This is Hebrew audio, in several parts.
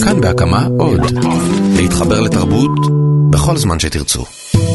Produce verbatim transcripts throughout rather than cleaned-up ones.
כאן בהקמה עוד. להתחבר לתרבות בכל זמן שתרצו.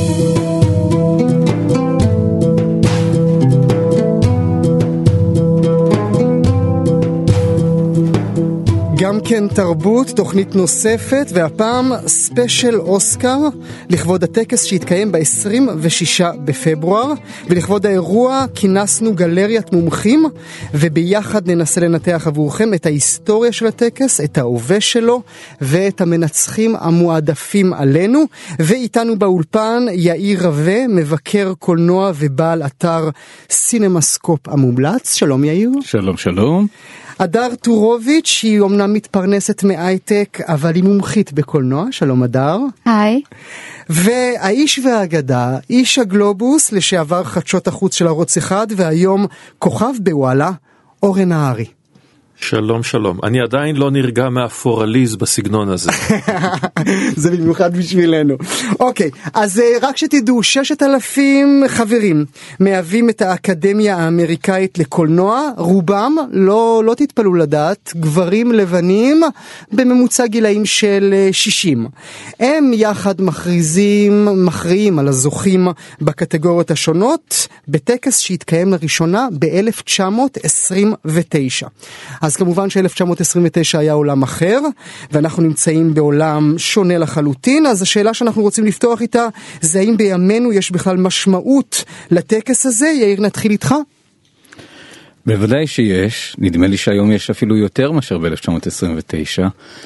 גם כן תרבות, תוכנית נוספת, והפעם ספיישל אוסקר לכבוד הטקס שהתקיים ב-עשרים ושישה בפברואר, ולכבוד האירוע כינסנו גלריית מומחים, וביחד ננסה לנתח עבורכם את ההיסטוריה של הטקס, את ההווה שלו, ואת המנצחים המועדפים עלינו. ואיתנו באולפן יאיר רווה, מבקר קולנוע ובעל אתר סינמסקופ המומלץ. שלום יאיר. שלום שלום. אדר טורוביץ', היא אומנם מתפרנסת מאייטק, אבל היא מומחית בקולנוע. שלום אדר. היי. והאיש והאגדה, איש הגלובוס, לשעבר חדשות החוץ של ערוץ אחד, והיום כוכב בוואלה, אורן נהרי. שלום שלום, אני עדיין לא נרגע מהפורליז בסגנון הזה. זה במיוחד בשבילנו. אוקיי, אז רק שתדעו, ששת אלפים חברים מהווים את האקדמיה האמריקאית לקולנוע, רובם, לא, לא תתפלו לדעת, גברים לבנים בממוצע גילאים של שישים. הם יחד מכריזים, מכריעים על הזוכים בקטגוריות השונות, בטקס שהתקיים לראשונה ב-אלף תשע מאות עשרים ותשע. אז כמובן ש-אלף תשע מאות עשרים ותשע היה עולם אחר, ואנחנו נמצאים בעולם שונה לחלוטין. אז השאלה שאנחנו רוצים לפתוח איתה, זה האם בימינו יש בכלל משמעות לטקס הזה? יאיר, נתחיל איתך. בוודאי שיש, נדמה לי שהיום יש אפילו יותר מאשר ב-אלף תשע מאות עשרים ותשע.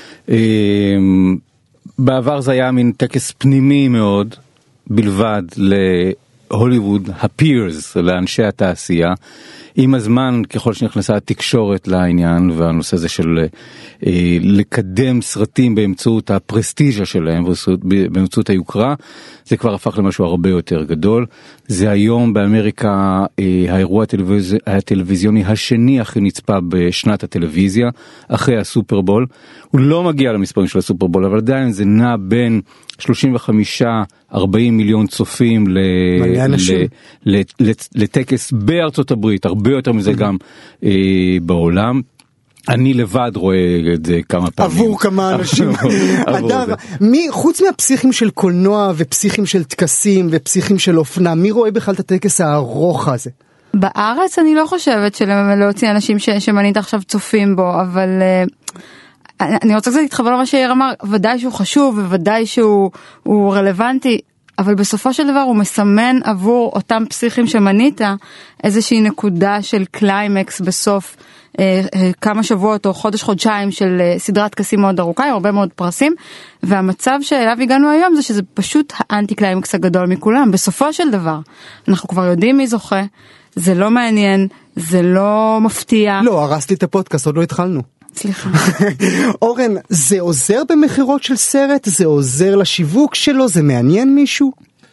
בעבר זה היה מין טקס פנימי מאוד, בלבד להוליווד, הפירס, לאנשי התעשייה. עם הזמן, ככל שנכנסה התקשורת לעניין, והנושא הזה של אה, לקדם סרטים באמצעות הפרסטיג'ה שלהם, באמצעות היוקרה, זה כבר הפך למשהו הרבה יותר גדול. זה היום באמריקה אה, האירוע הטלוויז... הטלוויזיוני השני הכי נצפה בשנת הטלוויזיה, אחרי הסופרבול. הוא לא מגיע למספרים של הסופרבול, אבל עדיין זה נע בין שלושים וחמישה עד ארבעים מיליון צופים ל... ל... ל... ל... לטקס בארצות הברית, הרבה יותר מזה גם אה, בעולם. אני לבד רואה את זה כמה פעמים. עבור כמה אנשים. אדר, מי, חוץ מהפסיכים של קולנוע ופסיכים של טקסים ופסיכים של אופנה, מי רואה בכלל את הטקס הארוך הזה? בארץ אני לא חושבת שלהוציא אנשים ש, שמנית עכשיו צופים בו, אבל uh, אני רוצה קצת להתחבר למה שיאיר אמר, ודאי שהוא חשוב וודאי שהוא רלוונטי, אבל בסופו של דבר הוא מסמן עבור אותם פסיכים שמנית איזושהי נקודה של קליימקס בסוף אה, אה, כמה שבועות או חודש חודשיים של אה, סדרת טקסים מאוד ארוכה, הרבה מאוד פרסים, והמצב שאליו הגענו היום זה שזה פשוט האנטי קליימקס הגדול מכולם. בסופו של דבר אנחנו כבר יודעים מי זוכה, זה לא מעניין, זה לא מפתיע. לא, הרסתי את הפודקאסט, עוד לא התחלנו. סליחה. אורן, זה עוזר במחירות של סרט? זה עוזר לשיווק שלו? זה מעניין מישהו?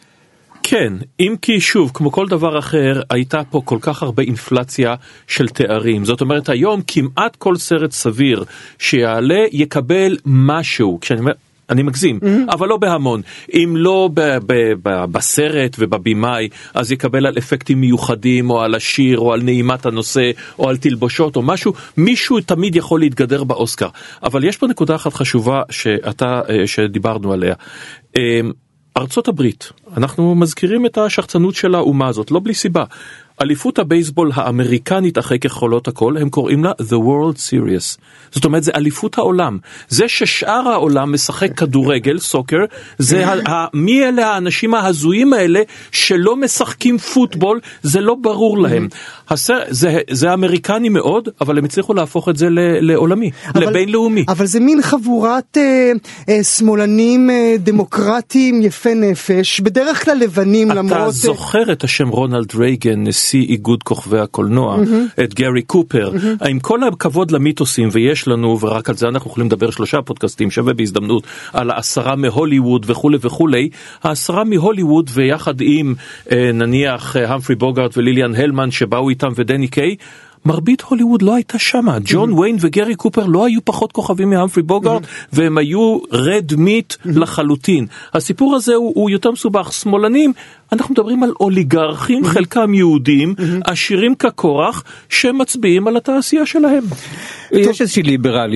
כן, אם כי שוב, כמו כל דבר אחר, הייתה פה כל כך הרבה אינפלציה של תארים. זאת אומרת, היום כמעט כל סרט סביר שיעלה יקבל משהו. כשאני אומר, אני מגזים, mm-hmm. אבל לא בהמון. אם לא ב- ב- ב- בסרט ובבימאי, אז יקבל על אפקטים מיוחדים, או על השיר, או על נעימת הנושא, או על תלבושות, או משהו. מישהו תמיד יכול להתגדר באוסקר. אבל יש פה נקודה אחת חשובה שאתה, שדיברנו עליה. ארצות הברית, אנחנו מזכירים את השחצנות של האומה הזאת, לא בלי סיבה. אליפות הבייסבול האמריקנית אחרי כחולות הכל, הם קוראים לה The World Series. זאת אומרת, זה אליפות העולם. זה ששאר העולם משחק כדורגל, סוקר, זה ה- ה- מי אלה האנשים ההזויים האלה שלא משחקים פוטבול, זה לא ברור להם. הסר, זה, זה אמריקני מאוד, אבל הם הצליחו להפוך את זה ל- לעולמי, אבל, לבינלאומי. אבל זה מין חבורת אה, אה, שמאלנים אה, דמוקרטיים יפי נפש, בדרך כלל לבנים אתה למרות... אתה זוכר את השם רונלד רייגן, נשיא איגוד כוכבי הקולנוע, mm-hmm. את גרי קופר, mm-hmm. עם כל הכבוד למיתוסים, ויש לנו, ורק על זה אנחנו יכולים לדבר שלושה פודקאסטים, שווה בהזדמנות, על העשרה מהוליווד וכו' וכו', העשרה מהוליווד, ויחד עם נניח המפרי בוגארט וליליאן הלמן, שבאו איתם ודני קיי, מרבית הוליווד לא הייתה שמה. ג'ון ויין וגרי קופר לא היו פחות כוכבים מהמפרי בוגארט, והם היו רד מיט לחלוטין. הסיפור הזה הוא, הוא יותר מסובך. שמאלנים, אנחנו מדברים על אוליגרכים, חלקם יהודים, עשירים כקורח, שמצביעים על התעשייה שלהם. יש איזושהי ליברליות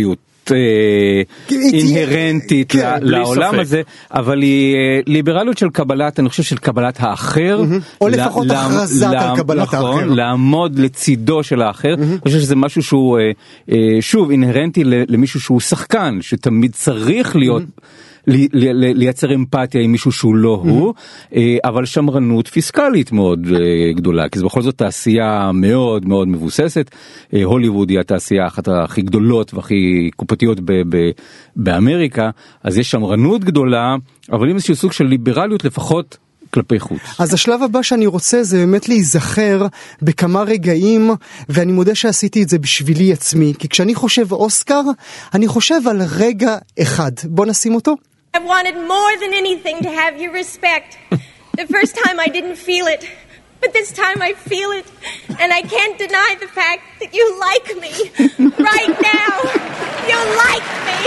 אינהרנטית לעולם הזה, אבל היא ליברליות של קבלת, אני חושב של קבלת האחר, או לפחות הכרזת על קבלת האחר, לעמוד לצידו של האחר. אני חושב שזה משהו שהוא שוב אינהרנטי למישהו שהוא שחקן, שתמיד צריך להיות לייצר אמפתיה עם מישהו שהוא לא הוא, אבל שמרנות פיסקלית מאוד גדולה, כי זה בכל זאת תעשייה מאוד מאוד מבוססת. הוליווד היא התעשייה אחת הכי גדולות והכי קופתיות באמריקה, אז יש שמרנות גדולה, אבל עם איזשהו סוג של ליברליות לפחות כלפי חוץ. אז השלב הבא שאני רוצה זה באמת להיזכר בכמה רגעים, ואני מודה שעשיתי את זה בשבילי עצמי, כי כשאני חושב אוסקר, אני חושב על רגע אחד. בוא נשים אותו. I wanted more than anything to have your respect. The first time I didn't feel it, but this time I feel it, and I can't deny the fact that you like me. Right now, you like me.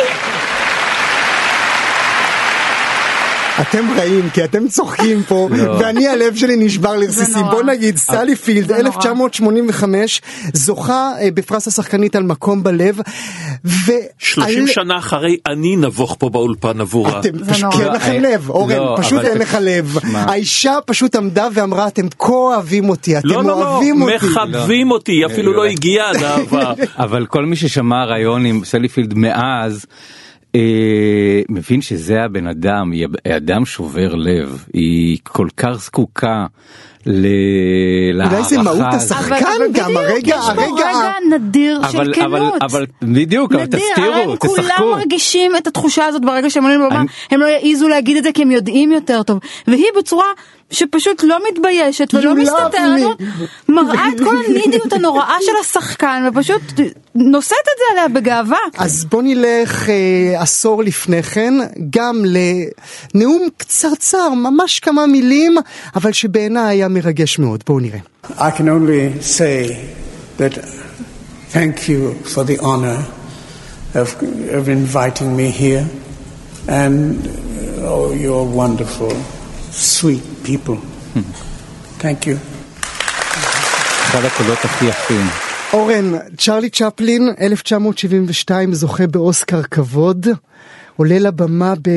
אתם רעים, כי אתם צוחקים פה, ואני הלב שלי נשבר לרסיסים. בוא נגיד, סלי פילד, אלף תשע מאות שמונים וחמש, זוכה בפרס השחקנית על מקום בלב, שלושים שנה אחרי אני נבוך פה באולפן עבורה. אתם פשוט, כי אין לכם לב, אורן, פשוט אין לך לב. האישה פשוט עמדה ואמרה, אתם כה אוהבים אותי, אתם אוהבים אותי. מחבבים אותי, אפילו לא הגיע עד אהבה. אבל כל מי ששמע רעיון עם סלי פילד מאז, מבין שזה הבן אדם, היא אדם שובר לב, היא כל כך זקוקה להערכה. אולי זה מהות השחקן גם, הרגע, יש בו רגע נדיר של כנות. אבל בדיוק, אבל תסתירו, תשחקו. כולם מרגישים את התחושה הזאת ברגע שהם עולים במה, הם לא יעיזו להגיד את זה כי הם יודעים יותר טוב, והיא בצורה שפשוט לא מתביישת ולא מסתתרת, מראה את כל הנידיות הנוראה של השחקן ופשוט נושאת את זה עליה בגאווה. אז בוא נלך אה, עשור לפני כן גם לנאום קצרצר, ממש כמה מילים, אבל שבעיניי היה מרגש מאוד. בואו נראה. I can only say that thank you for the honor of, of inviting me here, and oh, you're wonderful, sweet people. Thank you. אחד הקולות הכי יפים. אורן, צ'רלי צ'פלין, אלף תשע מאות שבעים ושתיים, זוכה באוסקר כבוד, עולה לבמה ב...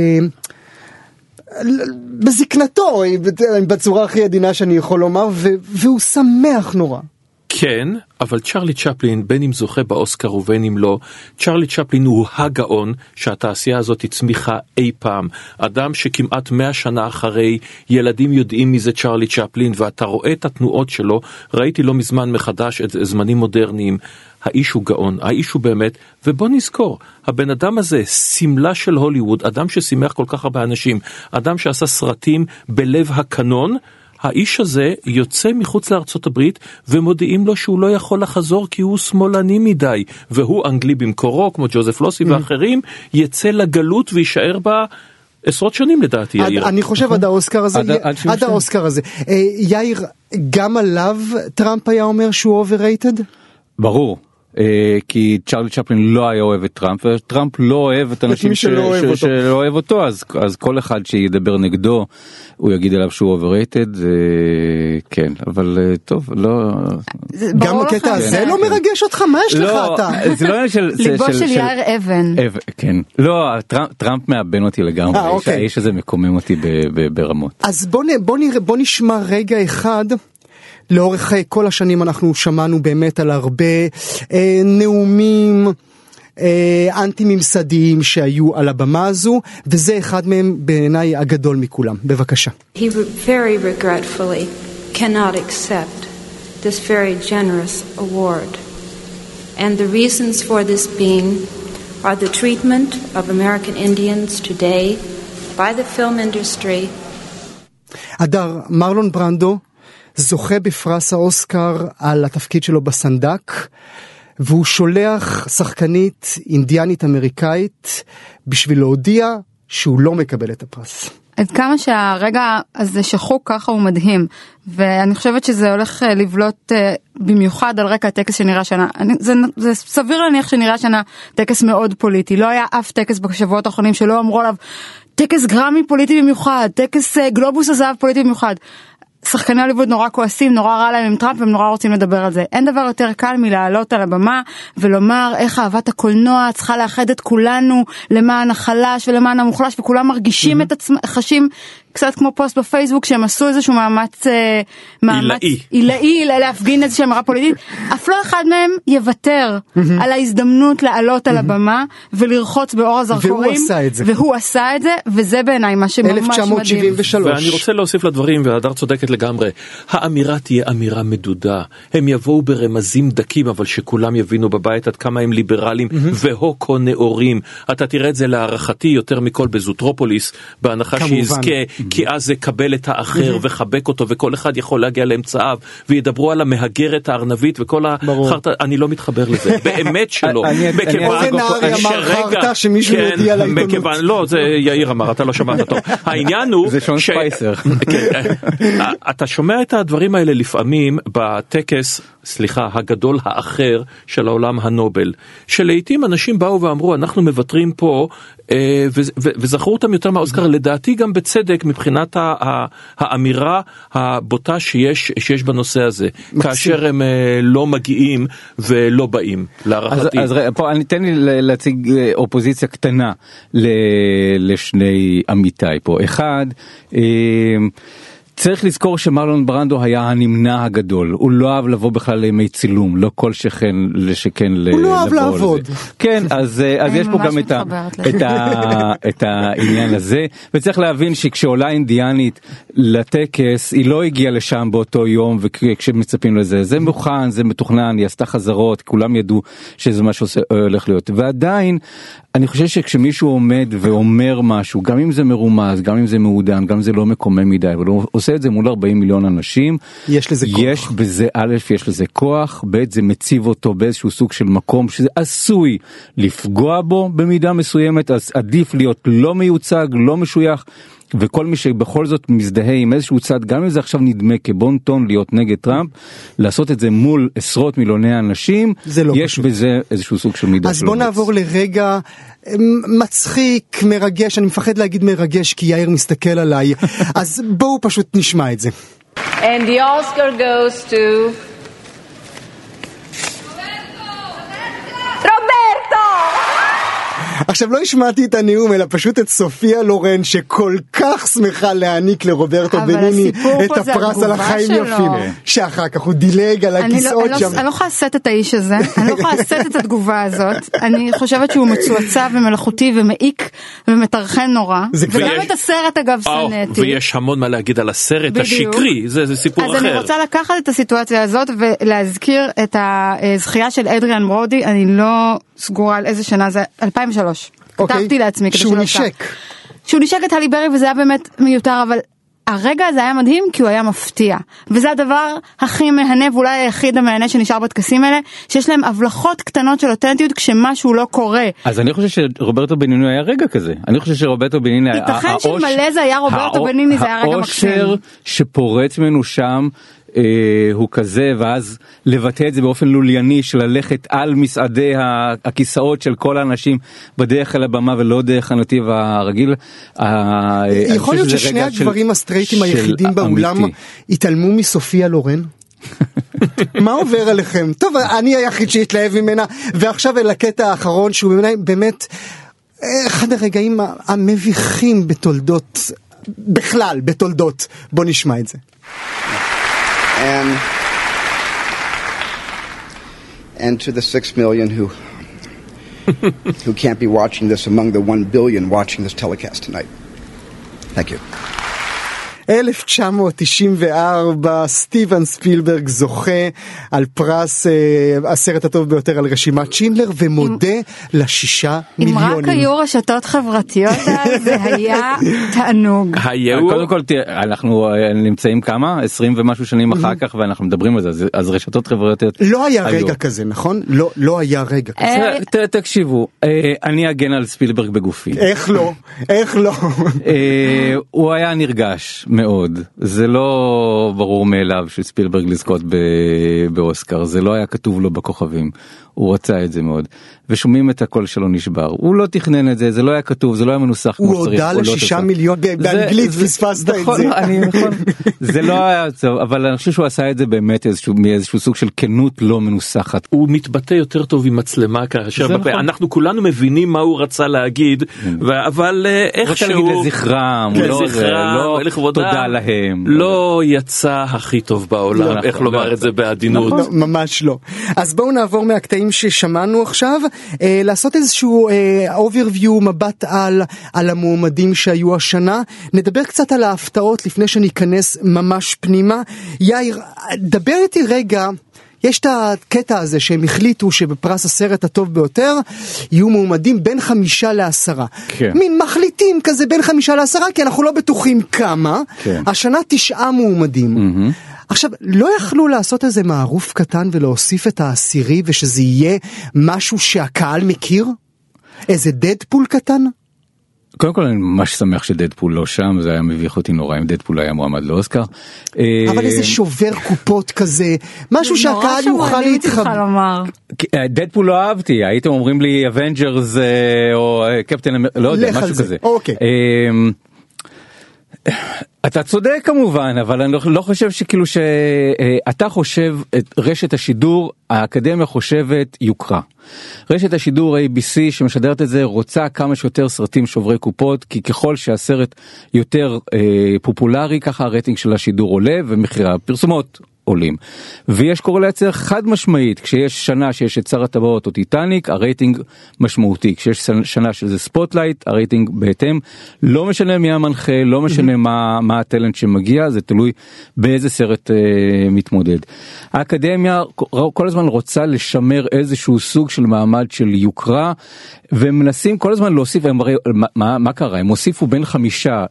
בזקנתו, בצורה הכי עדינה שאני יכול לומר, ו... והוא שמח נורא. כן, אבל צ'רלי צ'פלין, בין אם זוכה באוסקר ובין אם לא, צ'רלי צ'פלין הוא הגאון שהתעשייה הזאת הצמיחה אי פעם. אדם שכמעט מאה שנה אחרי, ילדים יודעים מי זה צ'רלי צ'פלין, ואתה רואה את התנועות שלו. ראיתי לא מזמן מחדש את זמנים מודרניים. האיש הוא גאון, האיש הוא באמת, ובוא נזכור, הבן אדם הזה, סמלה של הוליווד, אדם ששימח כל כך הרבה אנשים, אדם שעשה סרטים בלב הקנון, האיש הזה יוצא מחוץ לארצות הברית ומודיעים לו שהוא לא יכול לחזור כי הוא שמאלני מדי, והוא אנגלי במקורו כמו ג'וזף לוסי ואחרים, יצא לגלות וישאר בה עשרות שנים לדעתי. יאיר, אני חושב עד האוסקר הזה, עד האוסקר הזה. יאיר, גם עליו טראמפ היה אומר שהוא overrated? ברור. כי צ'רלי צ'פלין לא היה אוהב את טראמפ, וטראמפ לא אוהב את אנשים שלא אוהב אותו, אז כל אחד שידבר נגדו הוא יגיד עליו שהוא overrated. כן, אבל טוב, לא... גם הקטע הזה לא מרגש אותך? מה יש לך אתה? זה לא של... ליבו של יאיר אבן. כן, לא, טראמפ מאבן אותי לגמרי, האיש הזה מקומם אותי ברמות. אז בוא נשמע רגע אחד. לאורך כל השנים אנחנו שמענו באמת על הרבה אה, נאומים אה, אנטי-ממסדיים שהיו על הבמה הזו, וזה אחד מהם בעיניי הגדול מכולם. בבקשה. He very regretfully cannot accept this very generous award. And the reasons for this being are the treatment of American Indians today by the film industry. אדר, מרלון ברנדו זוכה בפרס האוסקר על התפקיד שלו בסנדק, והוא שולח שחקנית אינדיאנית אמריקאית בשביל להודיע שהוא לא מקבל את הפרס. עד כמה שהרגע הזה שחוק ככה הוא מדהים, ואני חושבת שזה הולך לבלוט במיוחד על רקע הטקס שנראה שנה. אני, זה, זה סביר להניח שנראה שנה טקס מאוד פוליטי, לא היה אף טקס בשבועות האחרונים שלא אמרו עליו טקס גרמי פוליטי במיוחד, טקס גלובוס הזהב פוליטי במיוחד. שחקני הוליווד נורא כועסים, נורא רע להם עם טראמפ, והם נורא רוצים לדבר על זה. אין דבר יותר קל מלעלות על הבמה ולומר איך אהבת הקולנוע צריכה לאחד את כולנו למען החלש ולמען המוחלש, וכולם מרגישים mm-hmm. את עצמם, חשים קצת כמו פוסט בפייסבוק שהם עשו איזשהו מאמץ מאמץ עילאי להפגין איזושהי אמירה פוליטית. אף לא אחד מהם יוותר על ההזדמנות לעלות על הבמה ולרחוץ באור הזרקורים, והוא עשה את זה, וזה בעיניי מה שממש מדהים. אלף תשע מאות שבעים ושלוש. ואני רוצה להוסיף לדברים, והדר צודקת לגמרי, האמירה תהיה אמירה מדודה, הם יבואו ברמזים דקים, אבל שכולם יבינו בבית עד כמה הם ליברלים והוקו נאורים. אתה תראה את זה להערכתי יותר מכל בזוטרופוליס, בהנחה שיזכה, כי אז זה קבל את האחר וחבק אותו, וכל אחד יכול להגיע לאמצעיו, וידברו על המהגרת הארנבית וכל החרטה. אני לא מתחבר לזה, באמת שלא. אורן נהרי אמר חרטה שמישהו יודיע לעיתונות. לא, זה יאיר אמר, אתה לא שמעת אותו. העניין הוא, זה שון ספייסר. אתה שומע את הדברים האלה לפעמים בטקס, סליחה, הגדול האחר של העולם הנובל, שלעיתים אנשים באו ואמרו, אנחנו מבטרים פה, וזכרו אותם יותר מהאוסקר, לדעתי גם בצדק, מבחינת האמירה הבוטה שיש, שיש בנושא הזה, כאשר הם לא מגיעים ולא באים, להערכתי. אז, אז פה אני אתן לי להציג אופוזיציה קטנה לשני עמיתיי פה. אחד, צריך לזכור שמרלון ברנדו היה הנמנע הגדול, הוא לא אהב לבוא בכלל לימי צילום, לא כל שכן לשכן הוא לא אהב לעבוד. כן, אז, אז יש פה גם את, ה, את, ה, את העניין הזה, וצריך להבין שכשעולה אינדיאנית לטקס, היא לא הגיעה לשם באותו יום, וכשמצפים לזה, זה מוכן, זה מתוכנן, היא עשתה חזרות, כולם ידעו שזה מה שהולך להיות, ועדיין, אני חושב שכשמישהו עומד ואומר משהו, גם אם זה מרומז, גם אם זה מעודן, גם אם זה לא מקומם מדי, אבל הוא עושה את זה מול ארבעים מיליון אנשים, יש לזה כוח. יש בזה, א', יש לזה כוח, ב', זה מציב אותו באיזשהו סוג של מקום שזה עשוי לפגוע בו במידה מסוימת, אז עדיף להיות לא מיוצג, לא משוייך, וכל מי שבכל זאת מזדהה עם איזשהו צד, גם אם זה עכשיו נדמה כבון טון להיות נגד טראמפ, לעשות את זה מול עשרות מיליוני אנשים, לא יש פשוט. בזה איזשהו סוג של מידה. אז בוא נעבור לרגע מצחיק, מרגש, אני מפחד להגיד מרגש כי יאיר מסתכל עליי, אז בואו פשוט נשמע את זה. And the Oscar goes to Roberto! עכשיו לא השמעתי את הנאום, אלא פשוט את סופיה לורן, שכל כך שמחה להעניק לרוברטו בניני את הפרס על החיים יפים, שאחר כך הוא דילג על הכיסאות שם. אני לא יכולה לשאת את האיש הזה, אני לא יכולה לשאת את התגובה הזאת, אני חושבת שהוא מצועצע ומלאכותי ומעיק ומתרחן נורא, וגם את הסרט אגב סנטי. ויש המון מה להגיד על הסרט השקרי, זה סיפור אחר. אז אני רוצה לקחת את הסיטואציה הזאת ולהזכיר את הזכייה של אדריאן ברודי, אני לא סגורה על איזה שנה זה, אלפיים ושלוש. כתבתי לעצמי כדי שהוא נשק. שהוא נשק את הלי ברי, וזה היה באמת מיותר, אבל הרגע הזה היה מדהים כי הוא היה מפתיע. וזה הדבר הכי מהנה, ואולי היחיד המהנה שנשאר בטקסים האלה, שיש להם הבלחות קטנות של אותנטיות כשמשהו לא קורה. אז אני חושב שרוברטו בניני היה רגע כזה. אני חושב שרוברטו בניני... ייתכן שמלא זה היה רוברטו בניני, זה היה רגע מקסים. האושר שפורץ ממנו שם, הוא כזה, ואז לבטא את זה באופן לולייני של ללכת על מסעדי הכיסאות של כל האנשים בדרך אל הבמה ולא דרך הנתיב הרגיל. יכול להיות ששני הגברים הסטרייטים היחידים באולם התעלמו מסופיה לורן? מה עובר עליכם? טוב, אני היחיד שהתלהב ממנה, ועכשיו אל הקטע האחרון שהוא באמת אחד הרגעים המביכים בתולדות, בכלל בתולדות. בוא נשמע את זה. And, and to the six million who who can't be watching this among the one billion watching this telecast tonight. Thank you. אלף תשע מאות תשעים וארבע, סטיבן ספילברג זוכה על פרס אה, הסרט הטוב ביותר על רשימת שינדלר, ומודה עם, לשישה אם מיליונים. אם רק היו רשתות חברתיות, זה היה תענוג. קודם כל, אנחנו נמצאים כמה? עשרים ומשהו שנים אחר כך, ואנחנו מדברים על זה, אז רשתות חברתיות... לא היה רגע כזה, נכון? לא, לא היה רגע כזה. תקשיבו, אני אגן על ספילברג בגופי. איך לא? איך לא? הוא היה נרגש מאוד. זה לא ברור מאליו שספילברג לזכות באוסקר, זה לא היה כתוב לו בכוכבים. הוא רצה את זה מאוד, ושומעים את הקול שלו נשבר. הוא לא תכנן את זה, זה לא היה כתוב, זה לא היה מנוסח כמו שצריך. הוא הודע לשישה מיליון באנגלית, פספסת את זה. זה לא היה טוב, אבל אני חושב שהוא עשה את זה באמת מאיזשהו סוג של כנות לא מנוסחת. הוא מתבטא יותר טוב עם מצלמה כאשר אנחנו כולנו מבינים מה הוא רצה להגיד, אבל איכשהו... הוא רוצה להגיד לזכרם, תודה להם. לא יצא הכי טוב בעולם, איך לומר את זה בעדינות. ממש לא. אז בואו נעבור מהקטעים ששמענו עכשיו, לעשות איזשהו overview, מבט על, על המועמדים שהיו השנה. נדבר קצת על ההפתעות לפני שניכנס ממש פנימה. יאיר, דבר איתי רגע, יש את הקטע הזה שהם החליטו שבפרס הסרט הטוב ביותר יהיו מועמדים בין חמישה לעשרה. כן. מין מחליטים כזה בין חמישה לעשרה, כי אנחנו לא בטוחים כמה. כן. השנה תשעה מועמדים. Mm-hmm. עכשיו, לא יכלו לעשות איזה מערוף קטן ולהוסיף את העשירי ושזה יהיה משהו שהקהל מכיר? איזה דדפול קטן? קודם כל אני ממש שמח שדדפול לא שם, זה היה מביך אותי נורא אם דדפול היה מועמד לאוסקר. אבל איזה שובר קופות כזה, משהו שהקהל יוכל להתחבר. דדפול לא אהבתי, הייתם אומרים לי אבנג'רס או קפטן, לא יודע, משהו כזה. אוקיי. אתה צודק כמובן, אבל אני לא חושב שכאילו שאתה חושב את רשת השידור, האקדמיה חושבת יוקרה. רשת השידור A B C שמשדרת את זה רוצה כמה שיותר סרטים שוברי קופות, כי ככל שהסרט יותר אה, פופולרי, ככה הרייטינג של השידור עולה ומחירי הפרסומות עולים. ויש קורלציה חד משמעית, כשיש שנה שיש את שר הטבעות או טיטניק, הרייטינג משמעותי. כשיש שנה שזה ספוטלייט, הרייטינג בהתאם. לא משנה מי המנחה, לא משנה מה, מה הטלנט שמגיע, זה תלוי באיזה סרט אה, מתמודד. האקדמיה כל הזמן רוצה לשמר איזשהו סוג של מעמד של יוקרה, ומנסים כל הזמן להוסיף, הם, מה, מה, מה קרה? הם הוסיפו בין חמישה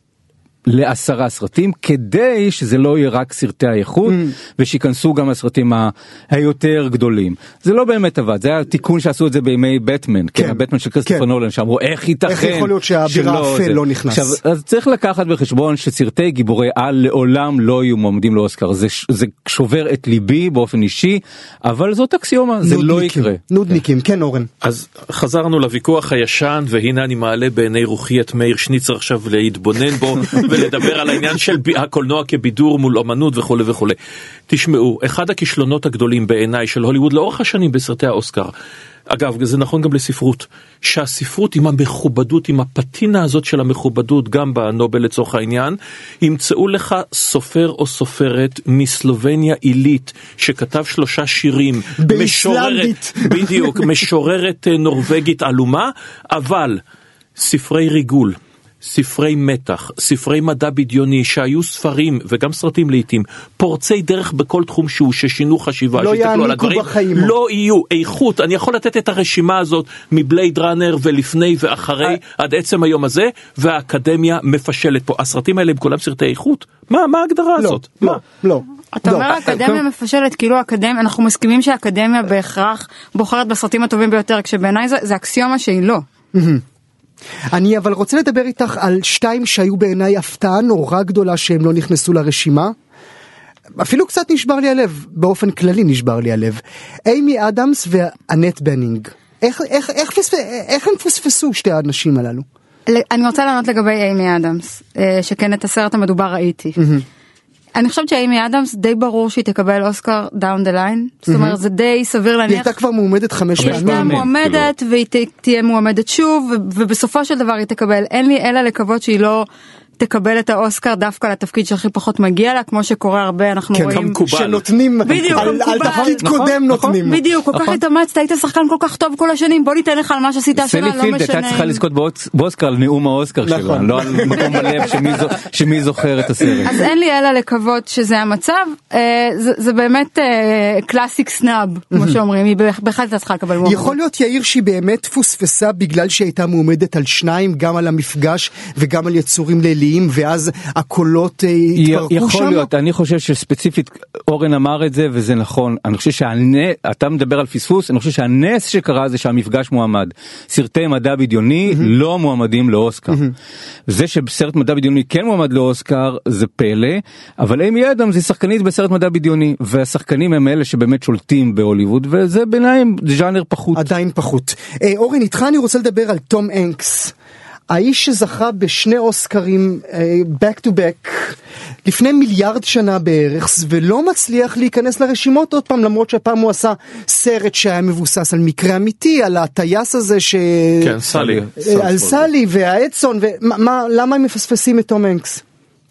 לעשרה סרטים, כדי שזה לא יהיה רק סרטי האיכות, mm. ושיכנסו גם הסרטים ה- היותר גדולים. זה לא באמת עבד, זה היה תיקון שעשו את זה בימי בטמן, כן, כן הבטמן של כריסטופר כן. נולן, שאמרו איך ייתכן, איך יכול להיות שהבירה האפל לא נכנס. עכשיו, אז צריך לקחת בחשבון שסרטי גיבורי על לעולם לא יהיו מועמדים לאוסקר, זה, זה שובר את ליבי באופן אישי, אבל זאת אקסיומה, זה לא יקרה. נודניקים, כן אורן. אז חזרנו לוויכוח הישן, והנה אני מעלה בעיני רוחי את מאיר שניצר עכשיו להתבונן בו, ולדבר על העניין של הקולנוע כבידור מול אומנות וכו' וכו'. תשמעו, אחד הכישלונות הגדולים בעיניי של הוליווד לאורך השנים בסרטי האוסקר, אגב, זה נכון גם לספרות, שהספרות עם המכובדות, עם הפתינה הזאת של המכובדות, גם בנובל לצורך העניין, ימצאו לך סופר או סופרת מסלובניה עילית, שכתב שלושה שירים, באיסלנדית. בדיוק, משוררת נורווגית אלומה, אבל ספרי ריגול, ספרי מתח, ספרי מדע בדיוני, שהיו ספרים וגם סרטים לעתים, פורצי דרך בכל תחום שהוא, ששינו חשיבה, לא יעניקו בחיים. לא יהיו איכות. אני יכול לתת את הרשימה הזאת מבלייד ראנר ולפני ואחרי, עד עצם היום הזה, והאקדמיה מפשלת פה. הסרטים האלה הם כולם סרטי איכות? מה, מה ההגדרה הזאת? לא, לא. אתה אומר האקדמיה מפשלת, כאילו האקדמיה, אנחנו מסכימים שהאקדמיה בהכרח בוחרת בסרטים הטובים ביותר, כשבעיניי זה אקסיומה שהיא לא. אני אבל רוצה לדבר איתך על שתיים שהיו בעיניי הפתעה נורא גדולה שהם לא נכנסו לרשימה. אפילו קצת נשבר לי הלב, באופן כללי נשבר לי הלב. אימי אדמס ואנט בנינג. איך, איך, איך, פספ... איך הם פספסו שתי האנשים הללו? אני רוצה לענות לגבי אימי אדמס, שכן את הסרט המדובר ראיתי. אני חושבת שאימי אדמס די ברור שהיא תקבל אוסקר דאון דה ליין, זאת אומרת זה די סביר להניח. היא הייתה כבר מועמדת חמש פעמים. היא הייתה מועמדת והיא תהיה מועמדת שוב, ובסופו של דבר היא תקבל. אין לי אלא לקוות שהיא לא תקבל את האוסקר דווקא לתפקיד שהכי פחות מגיע לה, כמו שקורה הרבה, אנחנו רואים שנותנים על תפקיד קודם נותנים. בדיוק, כל כך התאמצת, היית שחקן כל כך טוב כל השנים, בוא ניתן לך על מה שעשית השנה, לא משנה. סלי פילד הייתה צריכה לזכות באוסקר על נאום האוסקר שלה, לא על מקום בלב שמי זוכר את הסרט. אז אין לי אלא לקוות שזה המצב, זה באמת קלאסיק סנאב, כמו שאומרים, היא בכלל צריכה לקבל מועמד. יכול להיות יאיר שהיא באמת פוספסה בגלל שהיא הייתה מועמדת על שניים, גם על המפגש וגם על יצורים ליליים. גלויים ואז הקולות התפרקו שם? יכול להיות, אני חושב שספציפית אורן אמר את זה וזה נכון. אני חושב שהנס, אתה מדבר על פספוס, אני חושב שהנס שקרה זה שהמפגש מועמד. סרטי מדע בדיוני לא מועמדים לאוסקר. זה שסרט מדע בדיוני כן מועמד לאוסקר זה פלא, אבל אמי אדמס היא שחקנית בסרט מדע בדיוני, והשחקנים הם אלה שבאמת שולטים בהוליווד, וזה ביניים ז'אנר פחות. עדיין פחות. אורן, איתך אני רוצה לדבר על תום הנקס. האיש שזכה בשני אוסקרים back to back לפני מיליארד שנה בערך, ולא מצליח להיכנס לרשימות עוד פעם, למרות שהפעם הוא עשה סרט שהיה מבוסס על מקרה אמיתי, על הטייס הזה ש... כן, סלי. על סלי והאדסון, ומה, למה הם מפספסים את תום הנקס?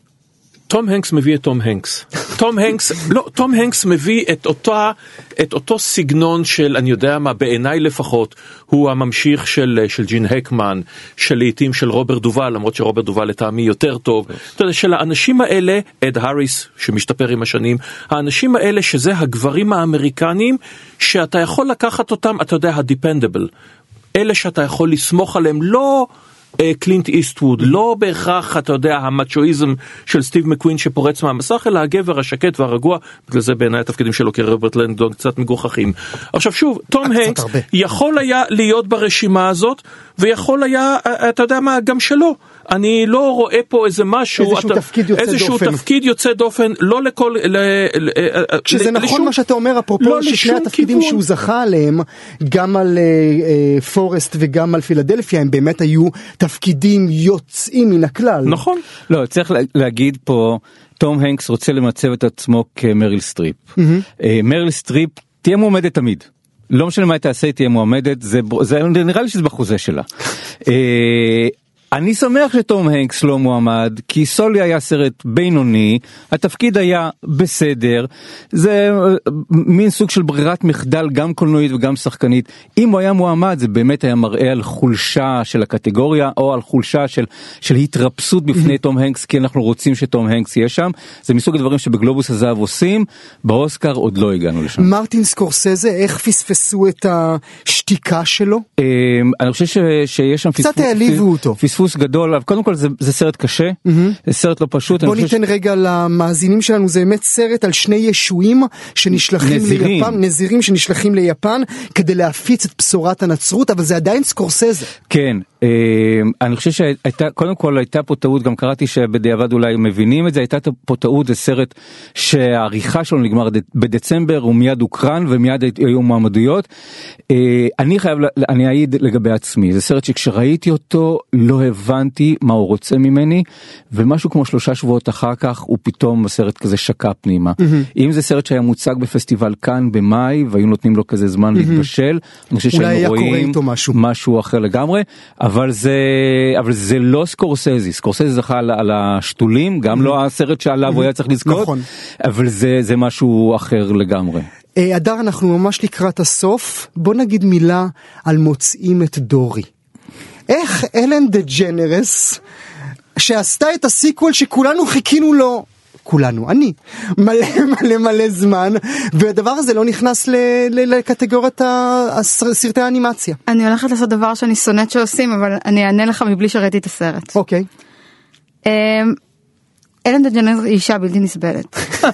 תום הנקס מביא את תום הנקס. תום הנקס, לא, תום הנקס מביא את אותה, את אותו סגנון של, אני יודע מה, בעיניי לפחות, הוא הממשיך של, של ג'ין הקמן, של לעיתים של רוברט דובל, למרות שרוברט דובל לטעמי יותר טוב. אתה יודע, של האנשים האלה, אד האריס, שמשתפר עם השנים, האנשים האלה שזה הגברים האמריקנים, שאתה יכול לקחת אותם, אתה יודע, ה-dependable. אלה שאתה יכול לסמוך עליהם, לא... קלינט איסטווד, לא בהכרח, אתה יודע, המצ'ואיזם של סטיב מקווין שפורץ מהמסך, אלא הגבר השקט והרגוע, בגלל זה בעיניי התפקידים שלו כרוברט לנגדון קצת מגוחכים. עכשיו שוב, תום הנקס יכול היה להיות ברשימה הזאת, ויכול היה, אתה יודע מה, גם שלא. אני לא רואה פה איזה משהו, איזשהו אתה, תפקיד יוצא איזשהו דופן. תפקיד יוצא דופן, לא לכל... ל, ל, שזה ל, נכון לשום, מה שאתה אומר, אפרופו לא ששני התפקידים כיוון. שהוא זכה עליהם, גם על uh, uh, פורסט וגם על פילדלפיה, הם באמת היו תפקידים יוצאים מן הכלל. נכון. לא, צריך להגיד פה, תום הנקס רוצה למצב את עצמו כמריל סטריפ. Mm-hmm. Uh, מריל סטריפ תהיה מועמדת תמיד. לא משנה מה תעשה, תהיה מועמדת, זה, זה נראה לי שזה בחוזה שלה. uh, אני שמח שתום הנקס לא מועמד, כי סולי היה סרט בינוני, התפקיד היה בסדר, זה מין סוג של ברירת מחדל, גם קולנועית וגם שחקנית. אם הוא היה מועמד, זה באמת היה מראה על חולשה של הקטגוריה, או על חולשה של, של התרפסות בפני תום הנקס, כי אנחנו רוצים שתום הנקס יהיה שם. זה מסוג הדברים שבגלובוס הזהב עושים, באוסקר עוד לא הגענו לשם. מרטין סקורסזה, איך פספסו את השתיקה שלו? אני חושב שיש שם קצת העליבו אותו. פספוס גדול, קודם כל זה, זה סרט קשה, mm-hmm. זה סרט לא פשוט. בוא ניתן ש... רגע למאזינים שלנו, זה באמת סרט על שני ישועים שנשלחים נזירים. ליפן, נזירים שנשלחים ליפן כדי להפיץ את בשורת הנצרות, אבל זה עדיין סקורסזה. כן, אה, אני חושב שהייתה, קודם כל הייתה פה טעות, גם קראתי שבדיעבד אולי מבינים את זה, הייתה פה טעות, זה סרט שהעריכה שלו נגמר בדצמבר, הוא מיד הוקרן ומיד היו מועמדויות. אה, אני חייב, אני אעיד לגבי עצמי, זה סרט שכשראיתי אותו לא הבנתי מה הוא רוצה ממני, ומשהו כמו שלושה שבועות אחר כך הוא פתאום סרט כזה שקע פנימה. Mm-hmm. אם זה סרט שהיה מוצג בפסטיבל כאן במאי, והיו נותנים לו כזה זמן mm-hmm. להתבשל, אני חושב שהיינו רואים משהו. משהו אחר לגמרי, אבל זה, אבל זה לא סקורסזי, סקורסזי זכה על, על השתולים, גם mm-hmm. לא הסרט שעליו mm-hmm. הוא היה צריך לזכות, נכון. אבל זה, זה משהו אחר לגמרי. אדר, אנחנו ממש לקראת הסוף, בוא נגיד מילה על מוצאים את דורי. איך אלן דה ג'נרס, שעשתה את הסיקוול שכולנו חיכינו לו, כולנו, אני, מלא מלא מלא זמן, והדבר הזה לא נכנס לקטגוריית סרטי האנימציה. אני הולכת לעשות דבר שאני שונאת שעושים, אבל אני אענה לך מבלי שראיתי את הסרט. אוקיי. אלן דה ג'נרס היא אישה בלתי נסבלת.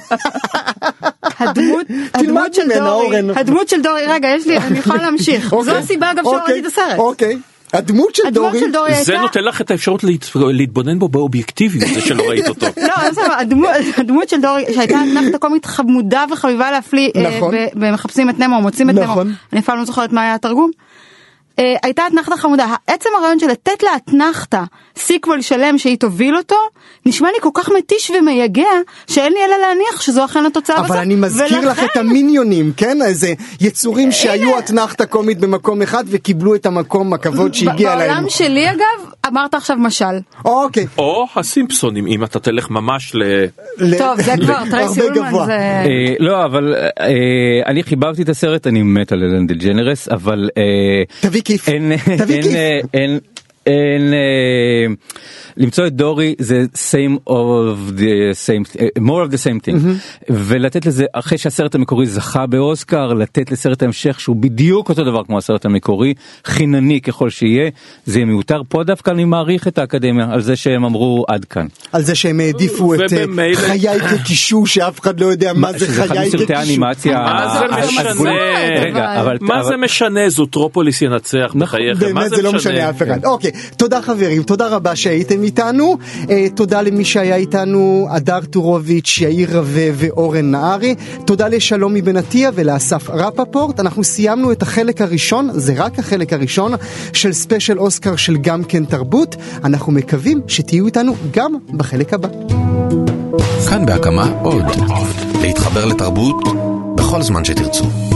הדמות, הדמות של דורי, הדמות של דורי, רגע, יש לי, אני יכולה להמשיך. זו הסיבה אגב שלא ראיתי את הסרט. אוקיי. הדמות של דורי, זה נותן לך את האפשרות להתבונן בו באובייקטיביות, זה שלא ראית אותו. לא, הדמות של דורי, שהייתה אתנחתה קומית חמודה וחביבה להפליא, ומחפשים את נמו, מוצאים את נמו, אני אפילו לא זוכרת מה היה התרגום, הייתה אתנחתה חמודה. העצם הרעיון של לתת לה אתנחתה, סיקוול שלם שהיא תוביל אותו, נשמע לי כל כך מתיש ומייגע, שאין לי אלא להניח שזו אכן התוצאה בסוף. אבל אני מזכיר לך את המיניונים, כן? איזה יצורים שהיו אתנחתה קומית במקום אחד, וקיבלו את המקום, הכבוד שהגיע להם. בעולם שלי אגב, אמרת עכשיו משל. אוקיי. או הסימפסונים, אם אתה תלך ממש ל... טוב, זה כבר, טרייסי אולמן זה... לא, אבל אני חיברתי את הסרט, אני מת על אלן דה ג'נרס, אבל... תביא כיף. תביא כיף. אין, למצוא את דורי זה same of the same, more of the same thing, ולתת לזה, אחרי שהסרט המקורי זכה באוסקר, לתת לסרט ההמשך שהוא בדיוק אותו דבר כמו הסרט המקורי, חינני ככל שיהיה, זה מיותר. פה דווקא אני מעריך את האקדמיה על זה שהם אמרו עד כאן. על זה שהם העדיפו את חיי כקישור, שאף אחד לא יודע מה זה חיי כקישור. מה זה משנה? מה זה משנה? זוטרופוליס ינצח בחייך. באמת זה לא משנה אף אחד. אוקיי, תודה חברים, תודה רבה שהייתם איתנו, תודה למי שהיה איתנו, אדר טורוביץ', יאיר רווה ואורן נהרי, תודה לשלומי בן עטיה ולאסף רפפורט. אנחנו סיימנו את החלק הראשון, זה רק החלק הראשון של ספיישל אוסקר של גם כן תרבות. אנחנו מקווים שתהיו איתנו גם בחלק הבא. כאן בהקמה עוד להתחבר לתרבות בכל זמן שתרצו.